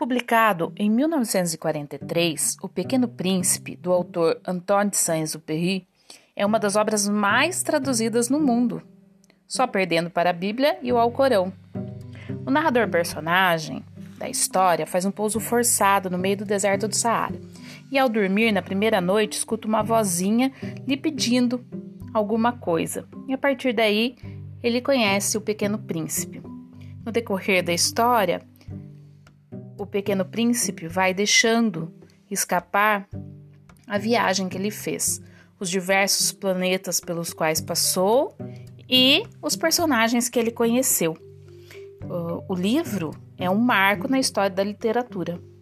Publicado em 1943, O Pequeno Príncipe, do autor Antoine de Saint-Exupéry, é uma das obras mais traduzidas no mundo, só perdendo para a Bíblia e o Alcorão. O narrador-personagem da história faz um pouso forçado no meio do deserto do Saara e, ao dormir na primeira noite, escuta uma vozinha lhe pedindo alguma coisa. E a partir daí, ele conhece o Pequeno Príncipe. No decorrer da história, o Pequeno Príncipe vai deixando escapar a viagem que ele fez, os diversos planetas pelos quais passou e os personagens que ele conheceu. O livro é um marco na história da literatura.